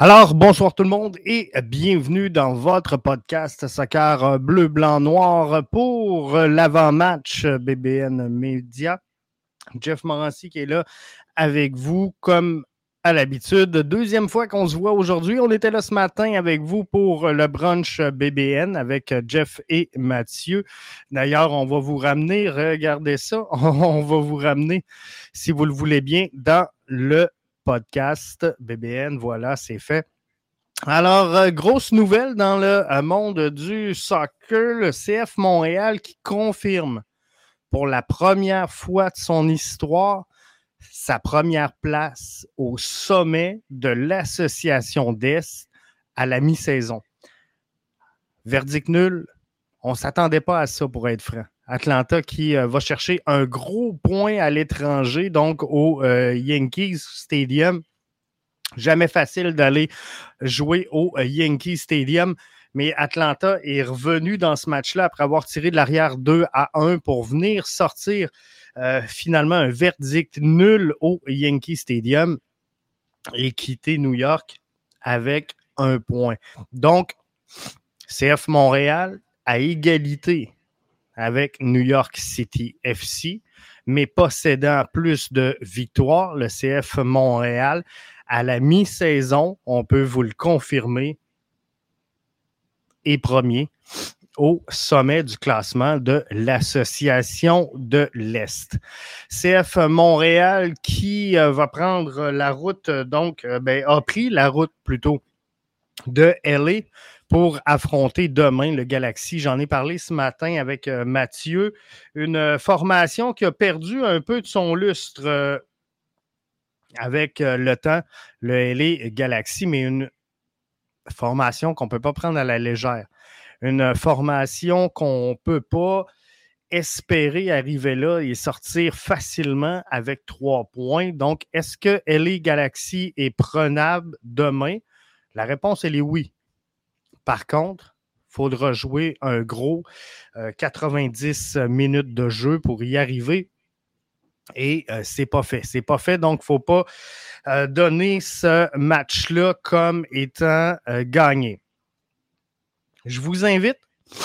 Alors, bonsoir tout le monde et bienvenue dans votre podcast Soccer Bleu, Blanc, Noir pour l'avant-match BBN Média. Jeff Morancy qui est là avec vous comme à l'habitude. Deuxième fois qu'on se voit aujourd'hui. On était là ce matin avec vous pour le brunch BBN avec Jeff et Mathieu. D'ailleurs, on va vous ramener, regardez ça, on va vous ramener, si vous le voulez bien, dans le podcast BBN. Voilà, c'est fait. Alors, grosse nouvelle dans le monde du soccer, le CF Montréal qui confirme pour la première fois de son histoire sa première place au sommet de l'association d'Est à la mi-saison. Verdict nul, on ne s'attendait pas à ça pour être franc. Atlanta qui va chercher un gros point à l'étranger, donc au Yankees Stadium. Jamais facile d'aller jouer au Yankee Stadium, mais Atlanta est revenu dans ce match-là après avoir tiré de l'arrière 2-1 pour venir sortir finalement un verdict nul au Yankee Stadium et quitter New York avec un point. Donc, CF Montréal à égalité avec New York City FC, mais possédant plus de victoires, le CF Montréal, à la mi-saison, on peut vous le confirmer, est premier au sommet du classement de l'Association de l'Est. CF Montréal qui va prendre la route, a pris la route plutôt de LA pour affronter demain le Galaxy. J'en ai parlé ce matin avec Mathieu. Une formation qui a perdu un peu de son lustre avec le temps, le LA Galaxy, mais une formation qu'on ne peut pas prendre à la légère. Une formation qu'on ne peut pas espérer arriver là et sortir facilement avec 3 points. Donc, est-ce que LA Galaxy est prenable demain? La réponse, elle est oui. Par contre, il faudra jouer un gros 90 minutes de jeu pour y arriver. Et c'est pas fait. C'est pas fait, donc il ne faut pas donner ce match-là comme étant gagné. Je vous invite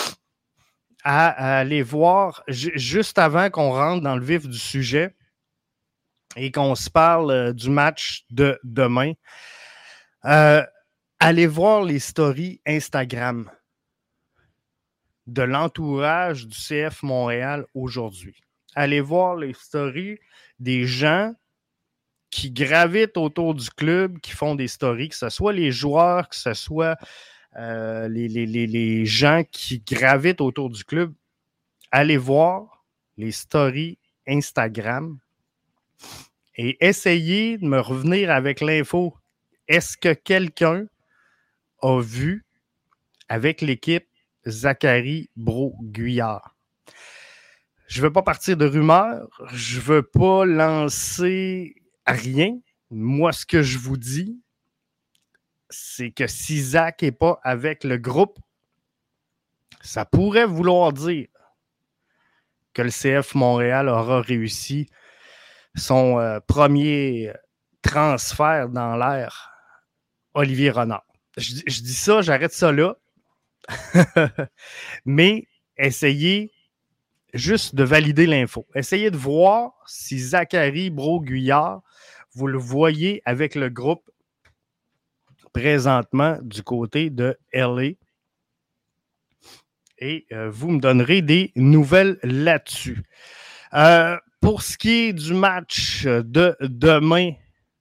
à aller voir, juste avant qu'on rentre dans le vif du sujet et qu'on se parle du match de demain, allez voir les stories Instagram de l'entourage du CF Montréal aujourd'hui. Allez voir les stories des gens qui gravitent autour du club, qui font des stories, que ce soit les joueurs, que ce soit les gens qui gravitent autour du club. Allez voir les stories Instagram et essayez de me revenir avec l'info. Est-ce que quelqu'un a vu avec l'équipe Zachary Brault-Guyard? Je ne veux pas partir de rumeurs, je ne veux pas lancer rien. Moi, ce que je vous dis, c'est que si Zach n'est pas avec le groupe, ça pourrait vouloir dire que le CF Montréal aura réussi son premier transfert dans l'ère Olivier Renard. Je dis ça, j'arrête ça là. Mais essayez juste de valider l'info. Essayez de voir si Zachary Brault-Guyard, vous le voyez avec le groupe présentement du côté de LA. Et vous me donnerez des nouvelles là-dessus. Pour ce qui est du match de demain,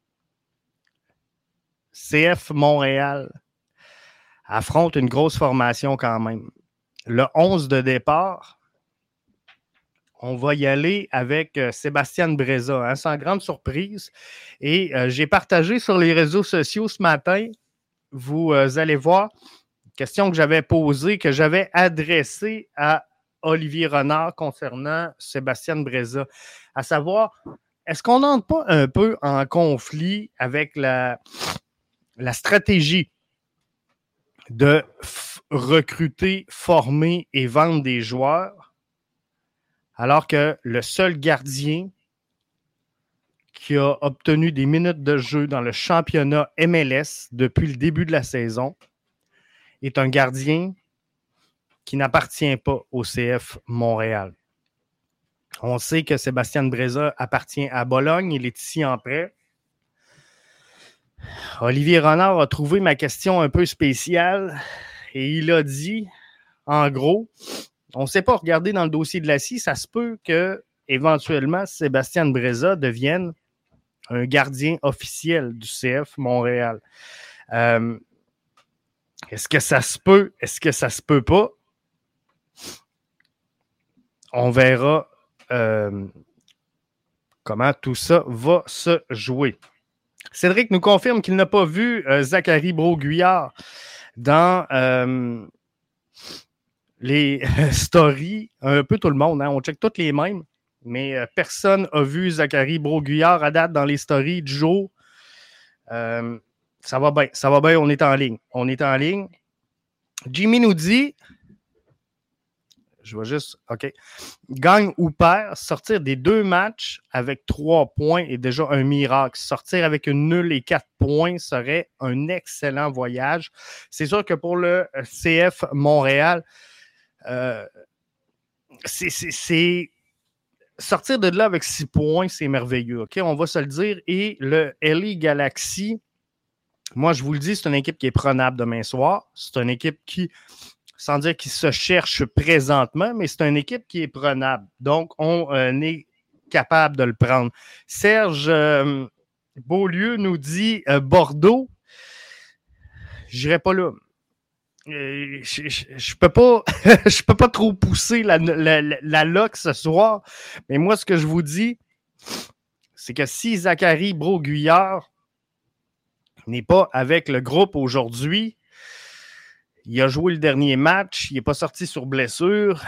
CF Montréal affronte une grosse formation quand même. Le 11 de départ, on va y aller avec Sébastien Breza, hein, sans grande surprise. Et j'ai partagé sur les réseaux sociaux ce matin, vous allez voir, une question que j'avais posée, que j'avais adressée à Olivier Renard concernant Sébastien Breza, à savoir, est-ce qu'on n'entre pas un peu en conflit avec la stratégie de recruter, former et vendre des joueurs, alors que le seul gardien qui a obtenu des minutes de jeu dans le championnat MLS depuis le début de la saison, est un gardien qui n'appartient pas au CF Montréal. On sait que Sébastien Breza appartient à Bologne. Il est ici en prêt. Olivier Renard a trouvé ma question un peu spéciale et il a dit, en gros, on ne sait pas regarder dans le dossier de la scie, ça se peut que éventuellement Sébastien Breza devienne un gardien officiel du CF Montréal. Est-ce que ça se peut? Est-ce que ça se peut pas? On verra comment tout ça va se jouer. Cédric nous confirme qu'il n'a pas vu Zachary Broguillard dans les stories. Un peu tout le monde, hein? On check toutes les mêmes, mais personne n'a vu Zachary Broguillard à date dans les stories du jour. Ça va bien, on est en ligne. Jimmy nous dit, je vais juste, OK, gagne ou perd, sortir des 2 matchs avec 3 points est déjà un miracle. Sortir avec une nulle et 4 points serait un excellent voyage. C'est sûr que pour le CF Montréal, c'est sortir de là avec 6 points, c'est merveilleux. OK, on va se le dire. Et le LA Galaxy, moi, je vous le dis, c'est une équipe qui est prenable demain soir. C'est une équipe qui, sans dire qu'il se cherche présentement, mais c'est une équipe qui est prenable. Donc, on est capable de le prendre. Serge Beaulieu nous dit Bordeaux. Je n'irai pas là. Je peux pas je peux pas trop pousser la lock ce soir, mais moi, ce que je vous dis, c'est que si Zachary Broguillard n'est pas avec le groupe aujourd'hui, il a joué le dernier match, il n'est pas sorti sur blessure.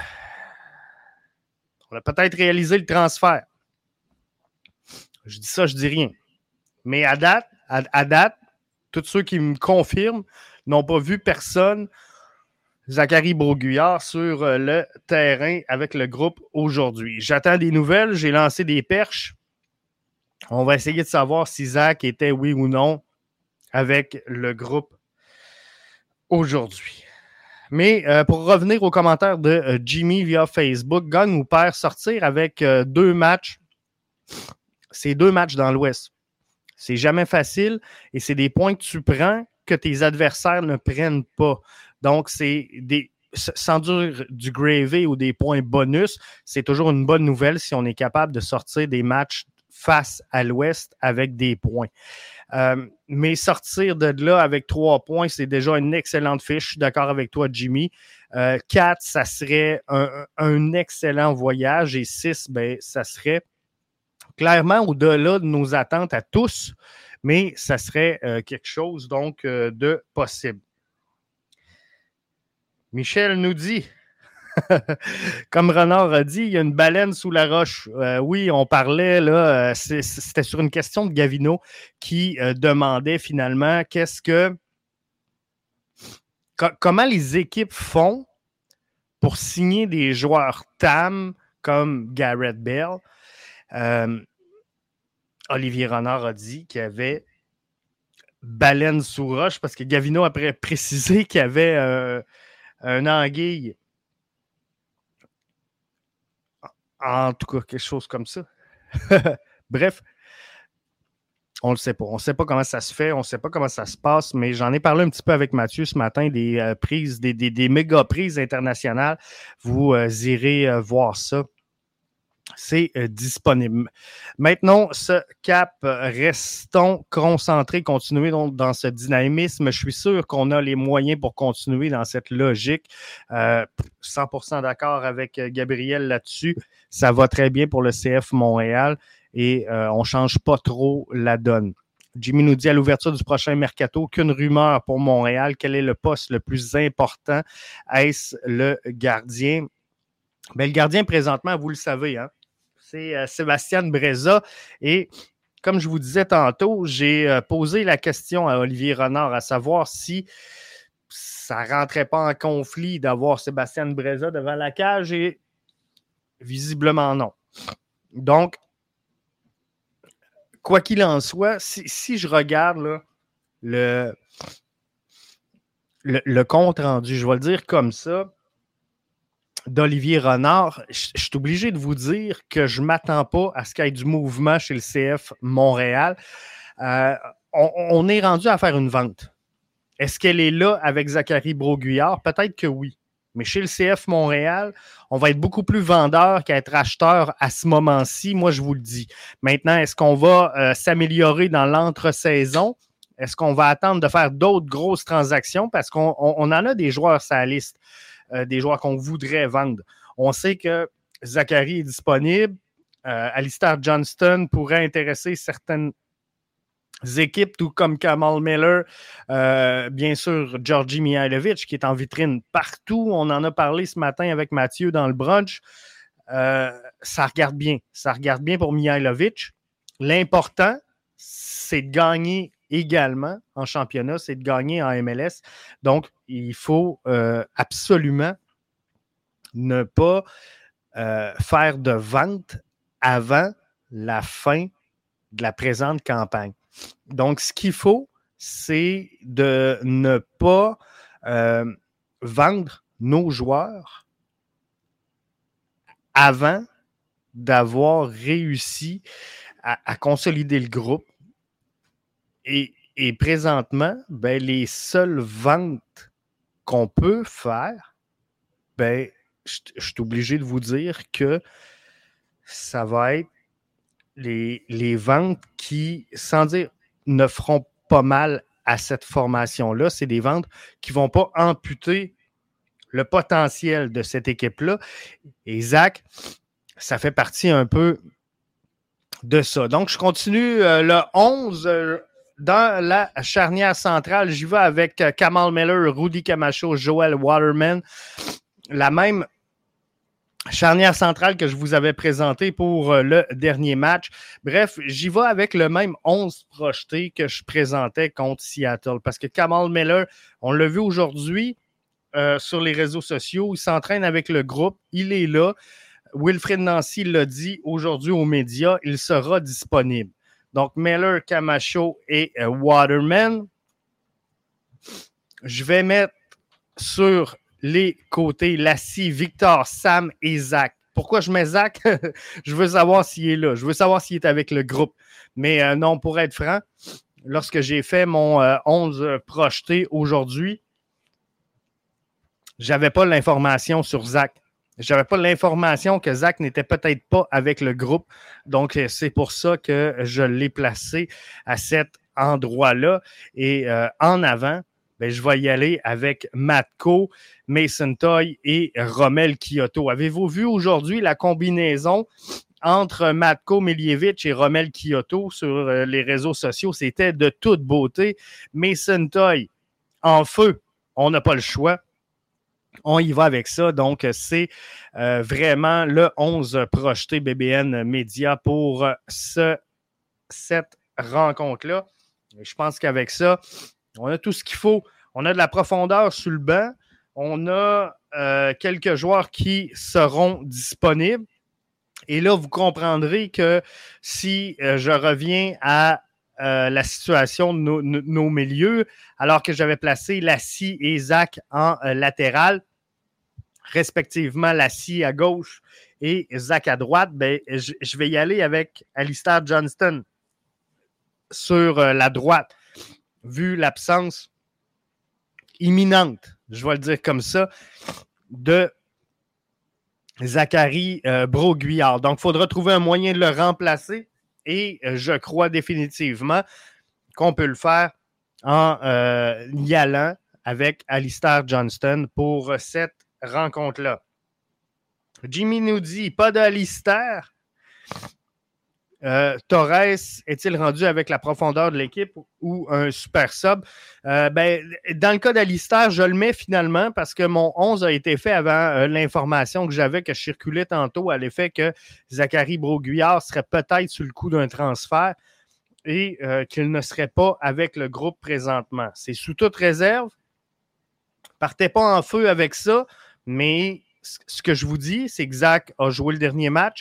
On a peut-être réalisé le transfert. Je dis ça, je dis rien. Mais à date, tous ceux qui me confirment n'ont pas vu personne, Zachary Broguillard, sur le terrain avec le groupe aujourd'hui. J'attends des nouvelles, j'ai lancé des perches. On va essayer de savoir si Zach était oui ou non avec le groupe aujourd'hui. Mais pour revenir aux commentaires de Jimmy via Facebook, gagne ou perd, sortir avec 2 matchs, c'est 2 matchs dans l'Ouest. C'est jamais facile et c'est des points que tu prends que tes adversaires ne prennent pas. Donc, sans dire du gravy ou des points bonus, c'est toujours une bonne nouvelle si on est capable de sortir des matchs face à l'Ouest avec des points. Mais sortir de là avec 3 points, c'est déjà une excellente fiche. Je suis d'accord avec toi, Jimmy. 4, ça serait un excellent voyage. Et 6, ben, ça serait clairement au-delà de nos attentes à tous, mais ça serait quelque chose donc de possible. Michel nous dit, comme Renard a dit, il y a une baleine sous la roche. Oui, on parlait, là, c'était sur une question de Gavino qui demandait finalement comment les équipes font pour signer des joueurs TAM comme Garrett Bell. Olivier Renard a dit qu'il y avait baleine sous roche parce que Gavino a précisé qu'il y avait un anguille. En tout cas, quelque chose comme ça. Bref, on ne le sait pas. On ne sait pas comment ça se fait, on ne sait pas comment ça se passe, mais j'en ai parlé un petit peu avec Mathieu ce matin, des prises, des méga prises internationales. Vous irez voir ça. C'est disponible. Maintenant, ce cap, restons concentrés, continuez donc dans ce dynamisme. Je suis sûr qu'on a les moyens pour continuer dans cette logique. 100% d'accord avec Gabriel là-dessus. Ça va très bien pour le CF Montréal et on ne change pas trop la donne. Jimmy nous dit à l'ouverture du prochain mercato qu'une rumeur pour Montréal. Quel est le poste le plus important? Est-ce le gardien? Bien, le gardien, présentement, vous le savez, hein? C'est Sébastien Breza. Et comme je vous disais tantôt, j'ai posé la question à Olivier Renard à savoir si ça ne rentrait pas en conflit d'avoir Sébastien Breza devant la cage et visiblement non. Donc, quoi qu'il en soit, si je regarde là, le compte rendu, je vais le dire comme ça, d'Olivier Renard, je suis obligé de vous dire que je ne m'attends pas à ce qu'il y ait du mouvement chez le CF Montréal. On est rendu à faire une vente. Est-ce qu'elle est là avec Zachary Broguillard? Peut-être que oui. Mais chez le CF Montréal, on va être beaucoup plus vendeur qu'à être acheteur à ce moment-ci. Moi, je vous le dis. Maintenant, est-ce qu'on va s'améliorer dans l'entre-saison? Est-ce qu'on va attendre de faire d'autres grosses transactions? Parce qu'on en a des joueurs sur la liste, des joueurs qu'on voudrait vendre. On sait que Zachary est disponible. Alistair Johnston pourrait intéresser certaines équipes, tout comme Kamal Miller, bien sûr, Georgi Mihailovic, qui est en vitrine partout. On en a parlé ce matin avec Mathieu dans le brunch. Ça regarde bien. Ça regarde bien pour Mihailovic. L'important, c'est de gagner également en championnat, c'est de gagner en MLS. Donc, il faut absolument ne pas faire de vente avant la fin de la présente campagne. Donc, ce qu'il faut, c'est de ne pas vendre nos joueurs avant d'avoir réussi à consolider le groupe. Et présentement, ben, les seules ventes qu'on peut faire, ben, je suis obligé de vous dire que ça va être les ventes qui, sans dire, ne feront pas mal à cette formation-là. C'est des ventes qui ne vont pas amputer le potentiel de cette équipe-là. Et Zach, ça fait partie un peu de ça. Donc, je continue le 11 dans la charnière centrale. J'y vais avec Kamal Miller, Rudy Camacho, Joel Waterman. La même charnière centrale que je vous avais présentée pour le dernier match. Bref, j'y vais avec le même 11 projeté que je présentais contre Seattle. Parce que Kamal Miller, on l'a vu aujourd'hui sur les réseaux sociaux, il s'entraîne avec le groupe, il est là. Wilfried Nancy l'a dit aujourd'hui aux médias, il sera disponible. Donc, Miller, Camacho et Waterman. Je vais mettre sur les côtés Lassie, Victor, Sam et Zach. Pourquoi je mets Zach? Je veux savoir s'il est là. Je veux savoir s'il est avec le groupe. Mais non, pour être franc, lorsque j'ai fait mon 11 projeté aujourd'hui, je n'avais pas l'information sur Zach. Je n'avais pas l'information que Zach n'était peut-être pas avec le groupe. Donc, c'est pour ça que je l'ai placé à cet endroit-là. Et en avant, ben, je vais y aller avec Matko, Mason Toye et Romel Kyoto. Avez-vous vu aujourd'hui la combinaison entre Matko Miljevic et Romel Kyoto sur les réseaux sociaux? C'était de toute beauté. Mason Toye, en feu, on n'a pas le choix. On y va avec ça. Donc, c'est vraiment le 11 projeté BBN Média pour cette rencontre-là. Et je pense qu'avec ça, on a tout ce qu'il faut. On a de la profondeur sur le banc. On a quelques joueurs qui seront disponibles. Et là, vous comprendrez que si je reviens à la situation de nos milieux, alors que j'avais placé Lassie et Zach en latéral, respectivement Lassie à gauche et Zach à droite, ben, je vais y aller avec Alistair Johnston sur la droite, vu l'absence imminente, je vais le dire comme ça, de Zachary Broguillard. Donc, il faudra trouver un moyen de le remplacer et je crois définitivement qu'on peut le faire en y allant avec Alistair Johnston pour cette rencontre-là. Jimmy nous dit, pas d'Alistair. Torres est-il rendu avec la profondeur de l'équipe ou un super sub? Ben, dans le cas d'Alistair, je le mets finalement parce que mon 11 a été fait avant l'information que j'avais, que je circulais tantôt à l'effet que Zachary Broguillard serait peut-être sur le coup d'un transfert et qu'il ne serait pas avec le groupe présentement. C'est sous toute réserve. Partez pas en feu avec ça, mais ce que je vous dis, c'est que Zach a joué le dernier match.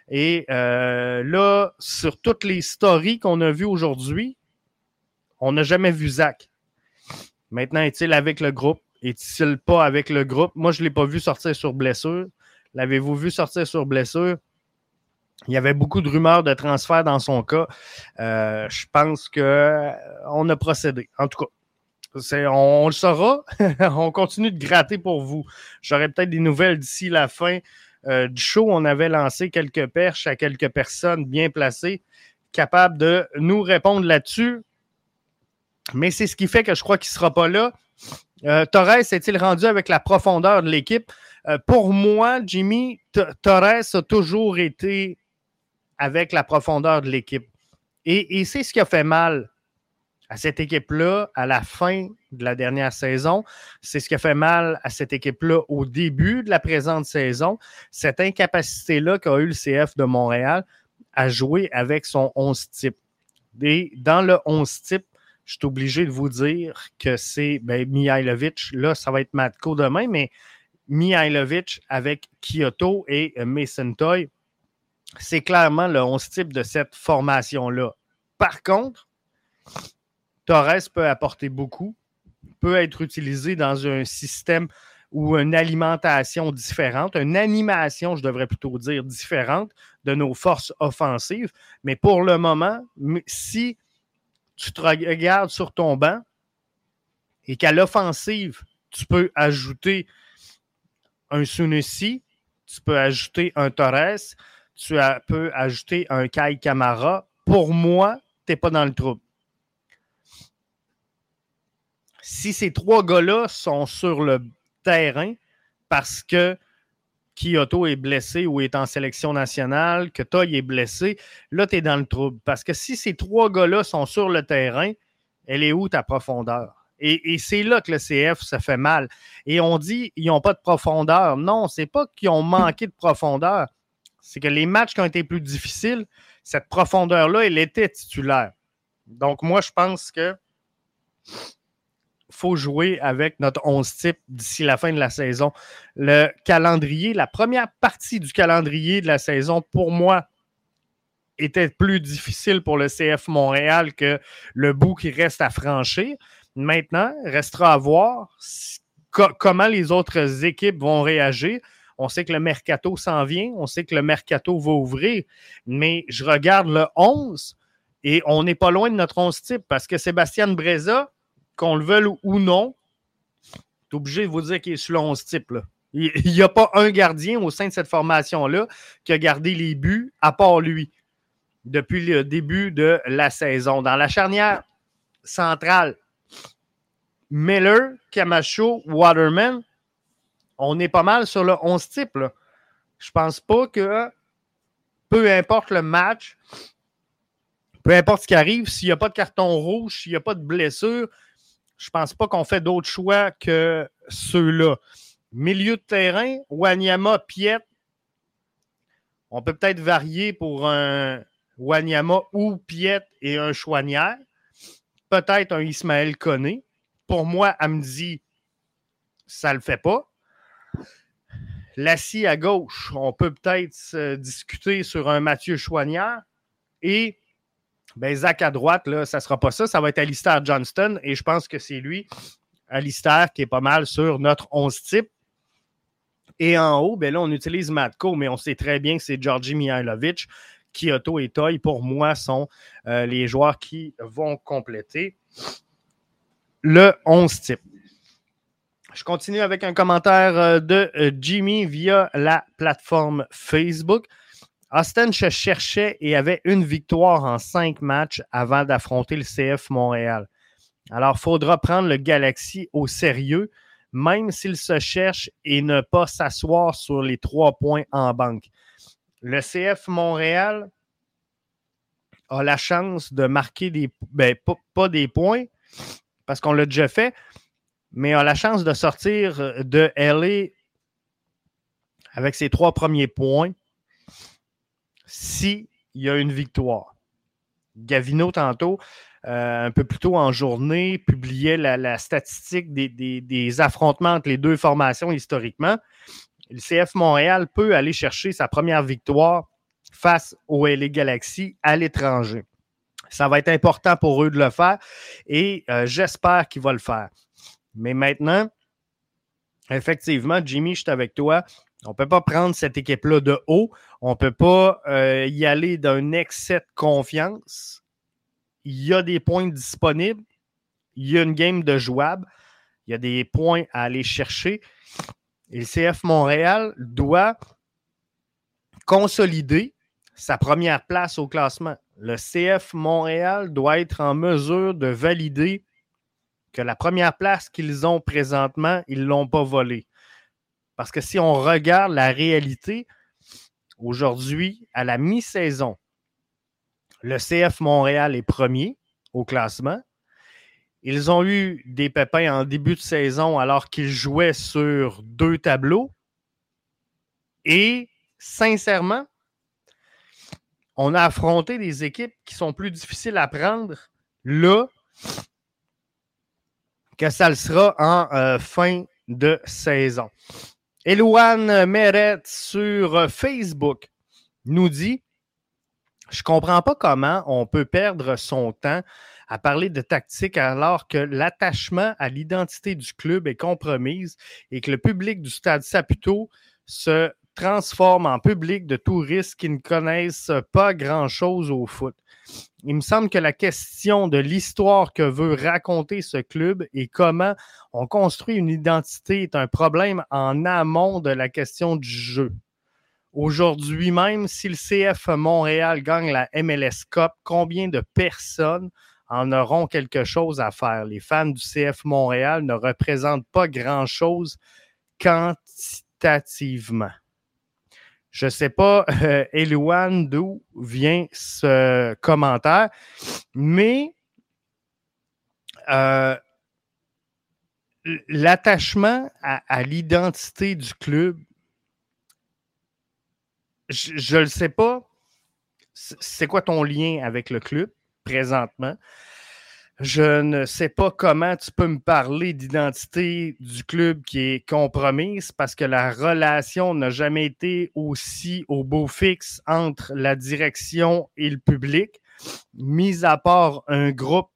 Et là, sur toutes les stories qu'on a vues aujourd'hui, on n'a jamais vu Zach. Maintenant, est-il avec le groupe? Est-il pas avec le groupe? Moi, je ne l'ai pas vu sortir sur blessure. L'avez-vous vu sortir sur blessure? Il y avait beaucoup de rumeurs de transfert dans son cas. Je pense qu'on a procédé. En tout cas, on le saura. On continue de gratter pour vous. J'aurai peut-être des nouvelles d'ici la fin du show. On avait lancé quelques perches à quelques personnes bien placées, capables de nous répondre là-dessus. Mais c'est ce qui fait que je crois qu'il ne sera pas là. Torres est-il rendu avec la profondeur de l'équipe? Pour moi, Jimmy, Torres a toujours été avec la profondeur de l'équipe. Et c'est ce qui a fait mal à cette équipe-là à la fin de la dernière saison. C'est ce qui a fait mal à cette équipe-là au début de la présente saison. Cette incapacité-là qu'a eu le CF de Montréal à jouer avec son 11 type. Et dans le 11 type, je suis obligé de vous dire que c'est Mihailovic. Là, ça va être Matko demain, mais Mihailovic avec Kyoto et Mason Toye, c'est clairement le 11 type de cette formation-là. Par contre, Torres peut apporter beaucoup, peut être utilisé dans un système ou une alimentation différente, une animation, je devrais plutôt dire, différente de nos forces offensives. Mais pour le moment, si tu te regardes sur ton banc et qu'à l'offensive, tu peux ajouter un Sunusi, tu peux ajouter un Torres, tu peux ajouter un Kai Kamara. Pour moi, tu n'es pas dans le trouble. Si ces trois gars-là sont sur le terrain parce que Kyoto est blessé ou est en sélection nationale, que Toye est blessé, là, tu es dans le trouble. Parce que si ces trois gars-là sont sur le terrain, elle est où ta profondeur? Et c'est là que le CF se fait mal. Et on dit qu'ils n'ont pas de profondeur. Non, c'est pas qu'ils ont manqué de profondeur. C'est que les matchs qui ont été plus difficiles, cette profondeur-là, elle était titulaire. Donc, moi, je pense que faut jouer avec notre 11 type d'ici la fin de la saison. Le calendrier, la première partie du calendrier de la saison, pour moi, était plus difficile pour le CF Montréal que le bout qui reste à franchir. Maintenant, restera à voir comment les autres équipes vont réagir. On sait que le mercato s'en vient, on sait que le mercato va ouvrir, mais je regarde le 11 et on n'est pas loin de notre 11 type parce que Sébastien Breza, qu'on le veuille ou non, tu es obligé de vous dire qu'il est sur le 11 type. Là. Il n'y a pas un gardien au sein de cette formation-là qui a gardé les buts à part lui depuis le début de la saison. Dans la charnière centrale, Miller, Camacho, Waterman, on est pas mal sur le 11 type. Là. Je pense pas que peu importe le match, peu importe ce qui arrive, s'il n'y a pas de carton rouge, s'il n'y a pas de blessure, je pense pas qu'on fait d'autres choix que ceux-là. Milieu de terrain, Wanyama, Piet, on peut peut-être varier pour un Wanyama ou Piet et un Chouanière. Peut-être un Ismaël Koné. Pour moi, Hamdi, ça le fait pas. Lassie à gauche, on peut peut-être discuter sur un Mathieu Chouanière. Et Zach à droite, là, ça ne sera pas ça. Ça va être Alistair Johnston. Et je pense que c'est lui, Alistair, qui est pas mal sur notre 11 type. Et en haut, là, on utilise Matko, mais on sait très bien que c'est Georgi Mihailovic. Kyoto et Toye, pour moi, sont les joueurs qui vont compléter le 11 type. Je continue avec un commentaire de Jimmy via la plateforme Facebook. Austin se cherchait et avait une victoire en 5 matchs avant d'affronter le CF Montréal. Alors, il faudra prendre le Galaxy au sérieux, même s'il se cherche et ne pas s'asseoir sur les 3 points en banque. Le CF Montréal a la chance de marquer pas des points, parce qu'on l'a déjà fait, mais a la chance de sortir de LA avec ses 3 premiers points s'il y a une victoire. Gavino, tantôt, un peu plus tôt en journée, publiait la statistique des affrontements entre les deux formations historiquement. Le CF Montréal peut aller chercher sa première victoire face au LA Galaxy à l'étranger. Ça va être important pour eux de le faire et j'espère qu'il va le faire. Mais maintenant, effectivement, Jimmy, je suis avec toi. On ne peut pas prendre cette équipe-là de haut. On ne peut pas y aller d'un excès de confiance. Il y a des points disponibles. Il y a une game de jouable. Il y a des points à aller chercher. Et le CF Montréal doit consolider sa première place au classement. Le CF Montréal doit être en mesure de valider que la première place qu'ils ont présentement, ils ne l'ont pas volée. Parce que si on regarde la réalité, aujourd'hui, à la mi-saison, le CF Montréal est premier au classement. Ils ont eu des pépins en début de saison alors qu'ils jouaient sur 2 tableaux. Et sincèrement, on a affronté des équipes qui sont plus difficiles à prendre là que ça le sera en fin de saison. Elouane Meret sur Facebook nous dit « Je ne comprends pas comment on peut perdre son temps à parler de tactique alors que l'attachement à l'identité du club est compromise et que le public du Stade Saputo se transforme en public de touristes qui ne connaissent pas grand-chose au foot. Il me semble que la question de l'histoire que veut raconter ce club et comment on construit une identité est un problème en amont de la question du jeu. Aujourd'hui même, si le CF Montréal gagne la MLS Cup, combien de personnes en auront quelque chose à faire? Les fans du CF Montréal ne représentent pas grand-chose quantitativement. Je ne sais pas, Elouane, d'où vient ce commentaire, mais l'attachement à l'identité du club, je ne le sais pas. C'est quoi ton lien avec le club présentement? Je ne sais pas comment tu peux me parler d'identité du club qui est compromise parce que la relation n'a jamais été aussi au beau fixe entre la direction et le public, mis à part un groupe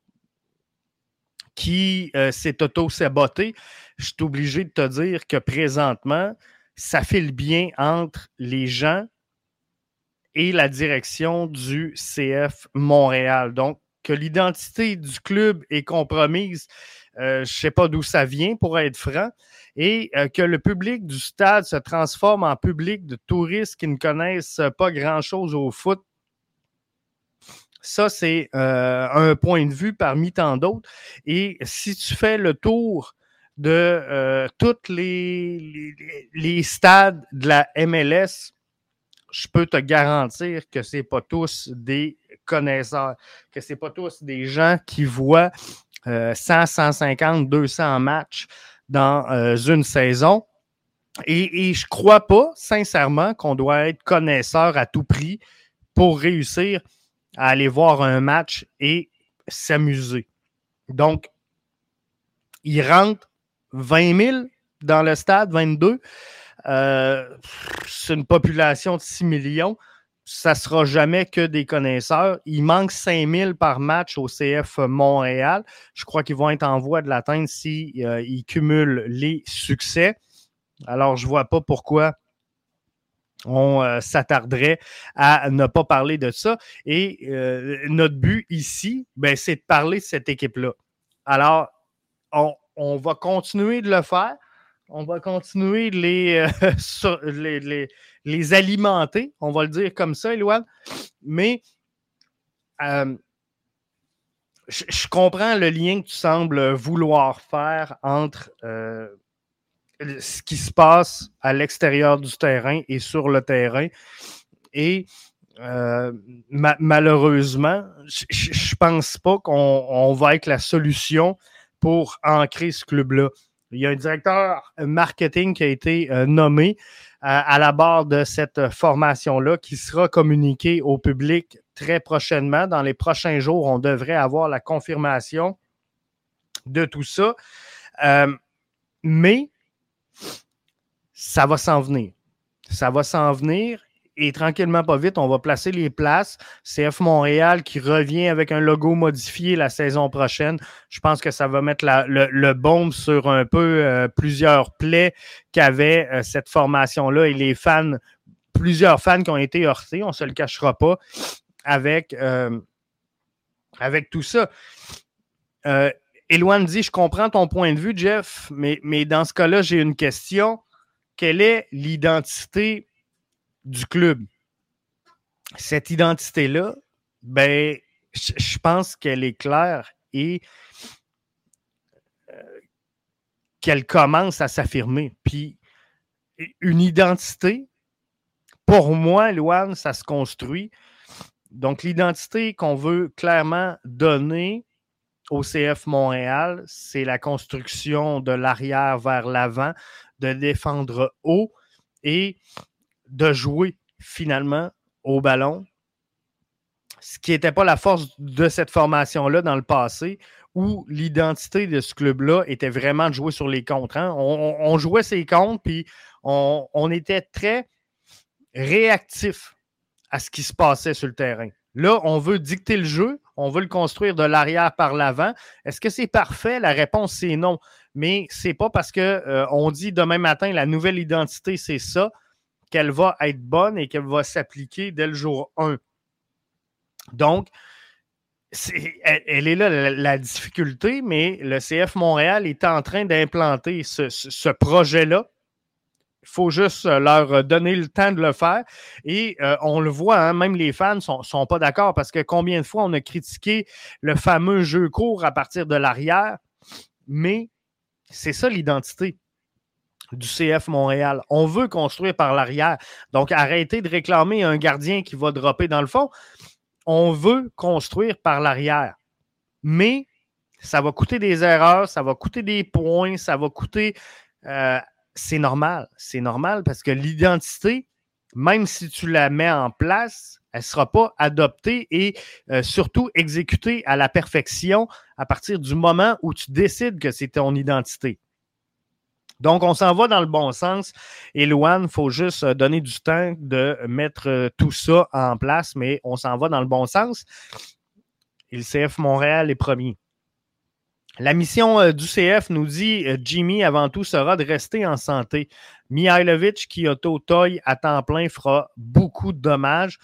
qui s'est auto-saboté. Je suis obligé de te dire que présentement, ça file bien entre les gens et la direction du CF Montréal. Donc, que l'identité du club est compromise, je ne sais pas d'où ça vient, pour être franc, et que le public du stade se transforme en public de touristes qui ne connaissent pas grand-chose au foot. Ça, c'est un point de vue parmi tant d'autres. Et si tu fais le tour de tous les stades de la MLS, je peux te garantir que ce n'est pas tous des connaisseurs, que ce n'est pas tous des gens qui voient 100, 150, 200 matchs dans une saison. Et je ne crois pas, sincèrement, qu'on doit être connaisseur à tout prix pour réussir à aller voir un match et s'amuser. Donc, il rentre 20 000 dans le stade, 22. C'est une population de 6 millions. Ça ne sera jamais que des connaisseurs. Il manque 5 000 par match au CF Montréal. Je crois qu'ils vont être en voie de l'atteindre s'ils cumulent les succès. Alors, je ne vois pas pourquoi on s'attarderait à ne pas parler de ça. Et notre but ici, c'est de parler de cette équipe-là. Alors, on va continuer de le faire. On va continuer de les alimenter, on va le dire comme ça, Elouane. Mais je comprends le lien que tu sembles vouloir faire entre ce qui se passe à l'extérieur du terrain et sur le terrain. Et malheureusement, je pense pas qu'on va être la solution pour ancrer ce club-là. Il y a un directeur marketing qui a été nommé à la barre de cette formation-là qui sera communiqué au public très prochainement. Dans les prochains jours, on devrait avoir la confirmation de tout ça. Mais ça va s'en venir. Ça va s'en venir Et tranquillement, pas vite, on va placer les places. CF Montréal qui revient avec un logo modifié la saison prochaine. Je pense que ça va mettre le baume sur un peu plusieurs plaies qu'avait cette formation-là et les fans, plusieurs fans qui ont été heurtés, on ne se le cachera pas, avec tout ça. Éloine dit, je comprends ton point de vue, Jeff, mais dans ce cas-là, j'ai une question. Quelle est l'identité du club? Cette identité-là, ben, je pense qu'elle est claire et qu'elle commence à s'affirmer. Puis, une identité, pour moi, Éloine, ça se construit. Donc, l'identité qu'on veut clairement donner au CF Montréal, c'est la construction de l'arrière vers l'avant, de défendre haut et de jouer finalement au ballon, ce qui n'était pas la force de cette formation-là dans le passé, où l'identité de ce club-là était vraiment de jouer sur les contres. Hein? On jouait ses contres, puis on était très réactif à ce qui se passait sur le terrain. Là, on veut dicter le jeu, on veut le construire de l'arrière par l'avant. Est-ce que c'est parfait? La réponse, c'est non. Mais c'est pas parce qu'on dit demain matin, la nouvelle identité, c'est ça, qu'elle va être bonne et qu'elle va s'appliquer dès le jour 1. Donc, elle est là, la difficulté, mais le CF Montréal est en train d'implanter ce projet-là. Il faut juste leur donner le temps de le faire. Et on le voit, hein, même les fans ne sont pas d'accord parce que combien de fois on a critiqué le fameux jeu court à partir de l'arrière. Mais c'est ça l'identité du CF Montréal. On veut construire par l'arrière. Donc, arrêtez de réclamer un gardien qui va dropper dans le fond. On veut construire par l'arrière. Mais ça va coûter des erreurs, ça va coûter des points, ça va coûter... c'est normal. C'est normal parce que l'identité, même si tu la mets en place, elle ne sera pas adoptée et surtout exécutée à la perfection à partir du moment où tu décides que c'est ton identité. Donc, on s'en va dans le bon sens. Éloine, il faut juste donner du temps de mettre tout ça en place, mais on s'en va dans le bon sens. Et le CF Montréal est premier. La mission du CF nous dit Jimmy, avant tout, sera de rester en santé. Mihailovic, Kyoto, Toy à temps plein fera beaucoup de dommages.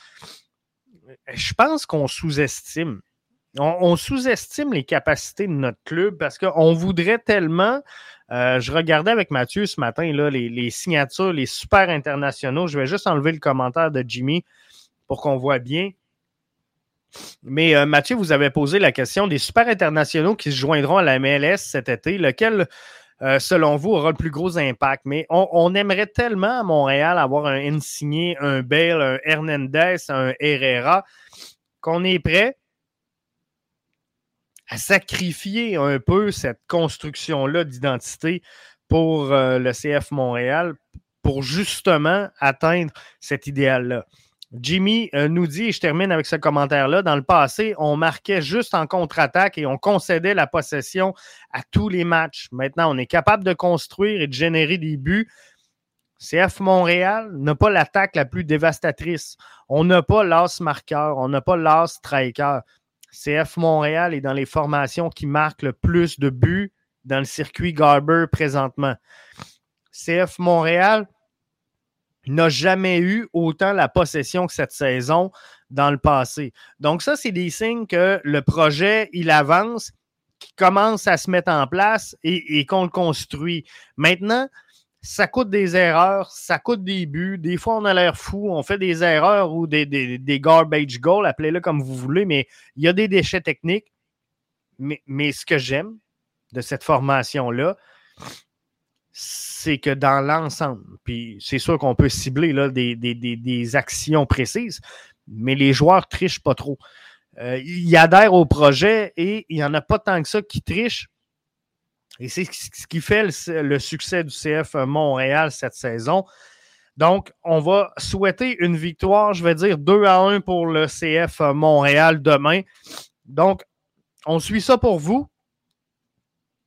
Je pense qu'on sous-estime. On sous-estime les capacités de notre club parce qu'on voudrait tellement... je regardais avec Mathieu ce matin là, les signatures, les super internationaux. Je vais juste enlever le commentaire de Jimmy pour qu'on voit bien. Mais Mathieu, vous avez posé la question des super internationaux qui se joindront à la MLS cet été. Lequel, selon vous, aura le plus gros impact? Mais on aimerait tellement à Montréal avoir un Insigné, un Bale, un Hernandez, un Herrera, qu'on est prêt à sacrifier un peu cette construction-là d'identité pour le CF Montréal pour justement atteindre cet idéal-là. Jimmy nous dit, et je termine avec ce commentaire-là, dans le passé, on marquait juste en contre-attaque et on concédait la possession à tous les matchs. Maintenant, on est capable de construire et de générer des buts. CF Montréal n'a pas l'attaque la plus dévastatrice. On n'a pas l'as marqueur, on n'a pas l'as striker. CF Montréal est dans les formations qui marquent le plus de buts dans le circuit Garber présentement. CF Montréal n'a jamais eu autant la possession que cette saison dans le passé. Donc ça, c'est des signes que le projet, il avance, qu'il commence à se mettre en place et qu'on le construit. Maintenant, ça coûte des erreurs, ça coûte des buts. Des fois, on a l'air fou, on fait des erreurs ou des garbage goals, appelez-le comme vous voulez, mais il y a des déchets techniques. Mais ce que j'aime de cette formation-là, c'est que dans l'ensemble, puis c'est sûr qu'on peut cibler là, des actions précises, mais les joueurs ne trichent pas trop. Ils adhèrent au projet et il n'y en a pas tant que ça qui trichent. Et c'est ce qui fait le succès du CF Montréal cette saison. Donc, on va souhaiter une victoire, je vais dire 2-1 pour le CF Montréal demain. Donc, on suit ça pour vous.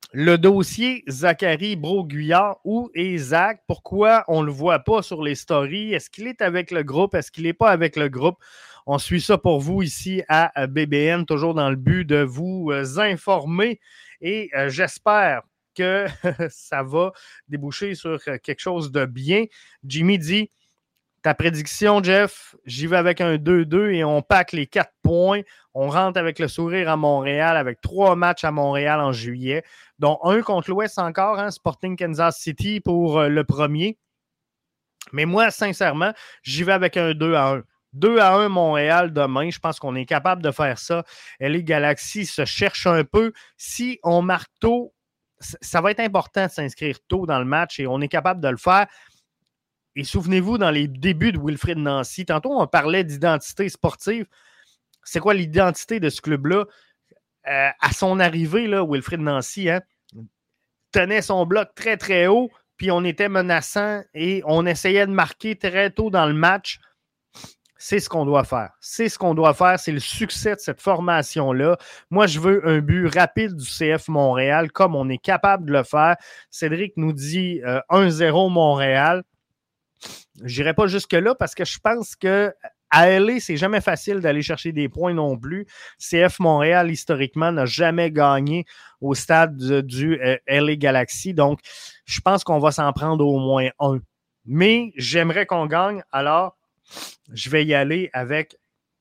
Le dossier Zachary Broguillard, où est Zach? Pourquoi on ne le voit pas sur les stories? Est-ce qu'il est avec le groupe? Est-ce qu'il n'est pas avec le groupe? On suit ça pour vous ici à BBN, toujours dans le but de vous informer. Et j'espère que ça va déboucher sur quelque chose de bien. Jimmy dit, ta prédiction, Jeff, j'y vais avec un 2-2 et on pack les 4 points. On rentre avec le sourire à Montréal, avec 3 matchs à Montréal en juillet, dont un contre l'Ouest encore, hein, Sporting Kansas City pour le premier. Mais moi, sincèrement, j'y vais avec un 2-1. 2-1 Montréal demain. Je pense qu'on est capable de faire ça. LA Galaxy se cherche un peu. Si on marque tôt, ça va être important de s'inscrire tôt dans le match et on est capable de le faire. Et souvenez-vous, dans les débuts de Wilfried Nancy, tantôt on parlait d'identité sportive. C'est quoi l'identité de ce club-là? À son arrivée, là, Wilfried Nancy tenait son bloc très, très haut, puis on était menaçant et on essayait de marquer très tôt dans le match. C'est ce qu'on doit faire. C'est ce qu'on doit faire. C'est le succès de cette formation-là. Moi, je veux un but rapide du CF Montréal, comme on est capable de le faire. Cédric nous dit 1-0 Montréal. Je n'irai pas jusque-là parce que je pense que à LA, c'est jamais facile d'aller chercher des points non plus. CF Montréal, historiquement, n'a jamais gagné au stade du LA Galaxy. Donc, je pense qu'on va s'en prendre au moins un. Mais j'aimerais qu'on gagne. Alors, je vais y aller avec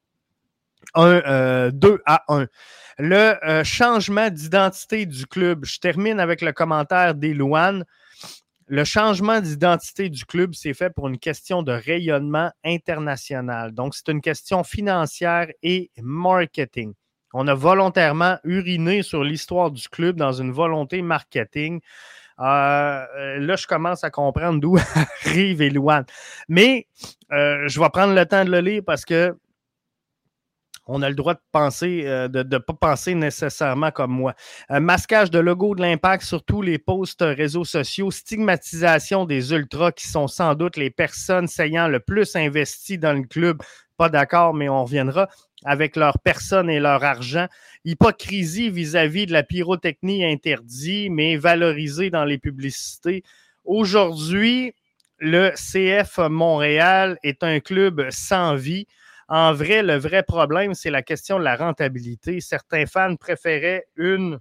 un 2-1. Le changement d'identité du club. Je termine avec le commentaire d'Élouane. Le changement d'identité du club, c'est fait pour une question de rayonnement international. Donc, c'est une question financière et marketing. On a volontairement uriné sur l'histoire du club dans une volonté marketing. Là, je commence à comprendre d'où arrive Élouane. Mais je vais prendre le temps de le lire parce que on a le droit de penser, de ne pas penser nécessairement comme moi. Masquage de logo de l'Impact sur tous les posts réseaux sociaux, stigmatisation des ultras qui sont sans doute les personnes s'ayant le plus investi dans le club. Pas d'accord, mais on reviendra avec leur personne et leur argent. Hypocrisie vis-à-vis de la pyrotechnie interdite, mais valorisée dans les publicités. Aujourd'hui, le CF Montréal est un club sans vie. En vrai, le vrai problème, c'est la question de la rentabilité. Certains fans préféraient une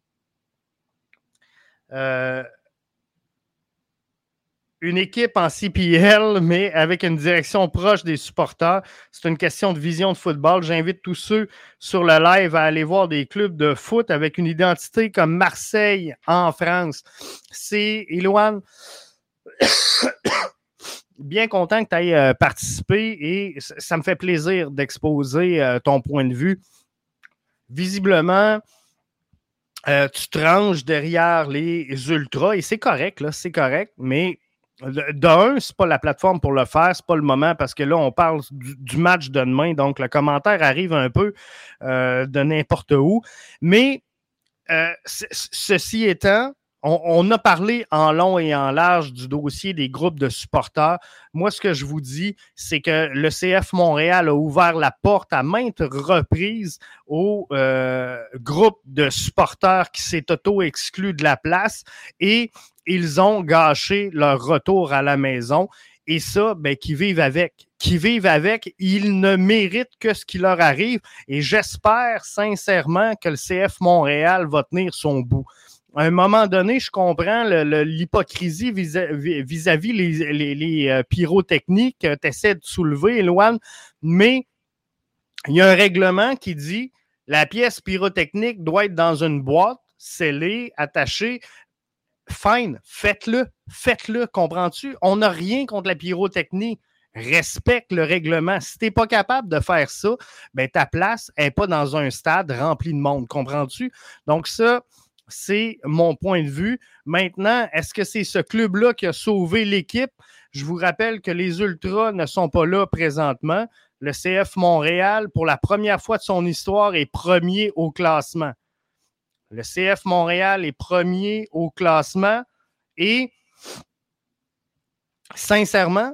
équipe en CPL, mais avec une direction proche des supporters. C'est une question de vision de football. J'invite tous ceux sur le live à aller voir des clubs de foot avec une identité comme Marseille en France. C'est, Élouane, bien content que tu aies participé et ça me fait plaisir d'exposer ton point de vue. Visiblement, tu te ranges derrière les ultras et c'est correct, là, c'est correct, mais d'un, c'est pas la plateforme pour le faire, c'est pas le moment parce que là, on parle du match de demain, donc le commentaire arrive un peu de n'importe où. Mais ceci étant, on a parlé en long et en large du dossier des groupes de supporters. Moi, ce que je vous dis, c'est que le CF Montréal a ouvert la porte à maintes reprises au groupe de supporters qui s'est auto-exclu de la place et ils ont gâché leur retour à la maison. Et ça, ben, qu'ils vivent avec. Qu'ils vivent avec, ils ne méritent que ce qui leur arrive. Et j'espère sincèrement que le CF Montréal va tenir son bout. À un moment donné, je comprends l'hypocrisie vis-à-vis les pyrotechniques que tu essaies de soulever, Élouane, mais il y a un règlement qui dit la pièce pyrotechnique doit être dans une boîte, scellée, attachée. Fine, faites-le, comprends-tu? On n'a rien contre la pyrotechnie. Respecte le règlement. Si tu n'es pas capable de faire ça, ben ta place n'est pas dans un stade rempli de monde, comprends-tu? Donc ça, c'est mon point de vue. Maintenant, est-ce que c'est ce club-là qui a sauvé l'équipe? Je vous rappelle que les Ultras ne sont pas là présentement. Le CF Montréal, pour la première fois de son histoire, est premier au classement. Le CF Montréal est premier au classement et sincèrement,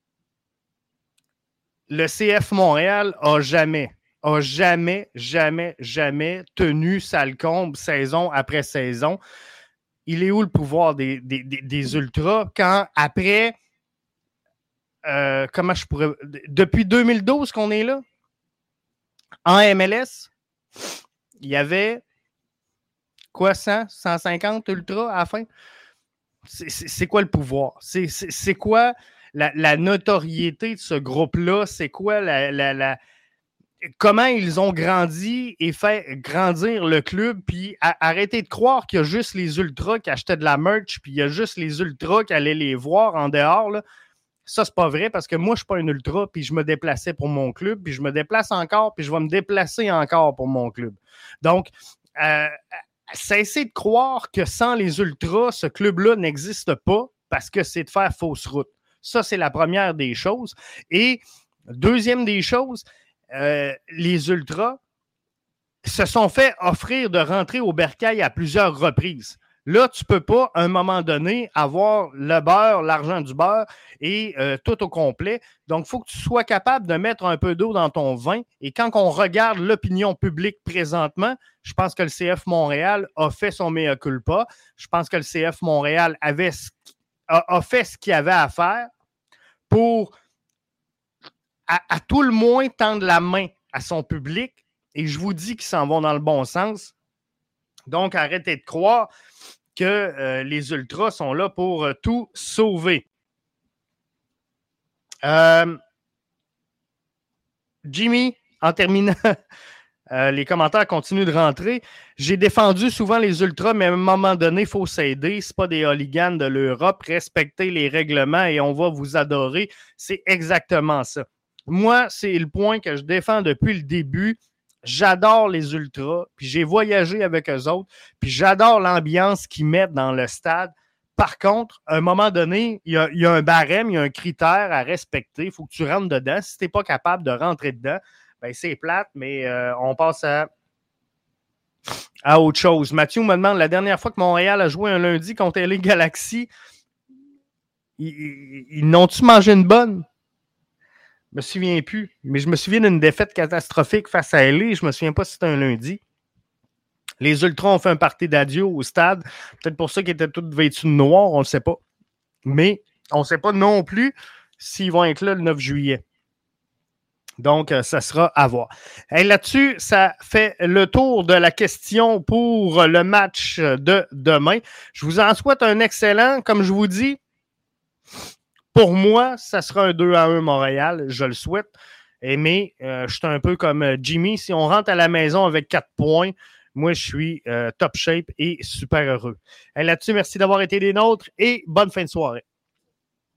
le CF Montréal a jamais tenu Salcombe saison après saison. il est où le pouvoir des ultras quand après, comment je pourrais... Depuis 2012 qu'on est là, en MLS, il y avait quoi, 100, 150 ultras à la fin? C'est quoi le pouvoir? C'est quoi la notoriété de ce groupe-là? C'est quoi comment ils ont grandi et fait grandir le club? Puis arrêtez de croire qu'il y a juste les ultras qui achetaient de la merch, puis il y a juste les ultras qui allaient les voir en dehors, là. Ça, c'est pas vrai parce que moi, je suis pas un ultra, puis je me déplaçais pour mon club, puis je me déplace encore, puis je vais me déplacer encore pour mon club. Donc, cessez de croire que sans les ultras, ce club-là n'existe pas parce que c'est de faire fausse route. Ça, c'est la première des choses. Et deuxième des choses, les ultras se sont fait offrir de rentrer au bercail à plusieurs reprises. Là, tu ne peux pas, à un moment donné, avoir le beurre, l'argent du beurre et tout au complet. Donc, il faut que tu sois capable de mettre un peu d'eau dans ton vin. Et quand on regarde l'opinion publique présentement, je pense que le CF Montréal a fait son mea culpa. Je pense que le CF Montréal a fait ce qu'il avait à faire pour, à tout le moins, tendre la main à son public. Et je vous dis qu'ils s'en vont dans le bon sens. Donc, arrêtez de croire que les ultras sont là pour tout sauver. Jimmy, en terminant, les commentaires continuent de rentrer. J'ai défendu souvent les ultras, mais à un moment donné, il faut s'aider. Ce pas des hooligans de l'Europe. Respectez les règlements et on va vous adorer. C'est exactement ça. Moi, c'est le point que je défends depuis le début. J'adore les ultras, puis j'ai voyagé avec eux autres, puis j'adore l'ambiance qu'ils mettent dans le stade. Par contre, à un moment donné, il y a un barème, il y a un critère à respecter. Il faut que tu rentres dedans. Si tu n'es pas capable de rentrer dedans, ben c'est plate, mais on passe à autre chose. Mathieu me demande, la dernière fois que Montréal a joué un lundi contre LA Galaxy, ils n'ont-tu mangé une bonne? Je me souviens plus, mais je me souviens d'une défaite catastrophique face à LA. Je me souviens pas si c'était un lundi. Les Ultras ont fait un party d'adieu au stade. Peut-être pour ça qu'ils étaient tous vêtus de noir, on ne le sait pas. Mais on ne sait pas non plus s'ils vont être là le 9 juillet. Donc, ça sera à voir. Et là-dessus, ça fait le tour de la question pour le match de demain. Je vous en souhaite un excellent. Comme je vous dis, pour moi, ça sera un 2-1 Montréal. Je le souhaite. Mais je suis un peu comme Jimmy. Si on rentre à la maison avec 4 points, moi, je suis top shape et super heureux. Et là-dessus, merci d'avoir été des nôtres et bonne fin de soirée.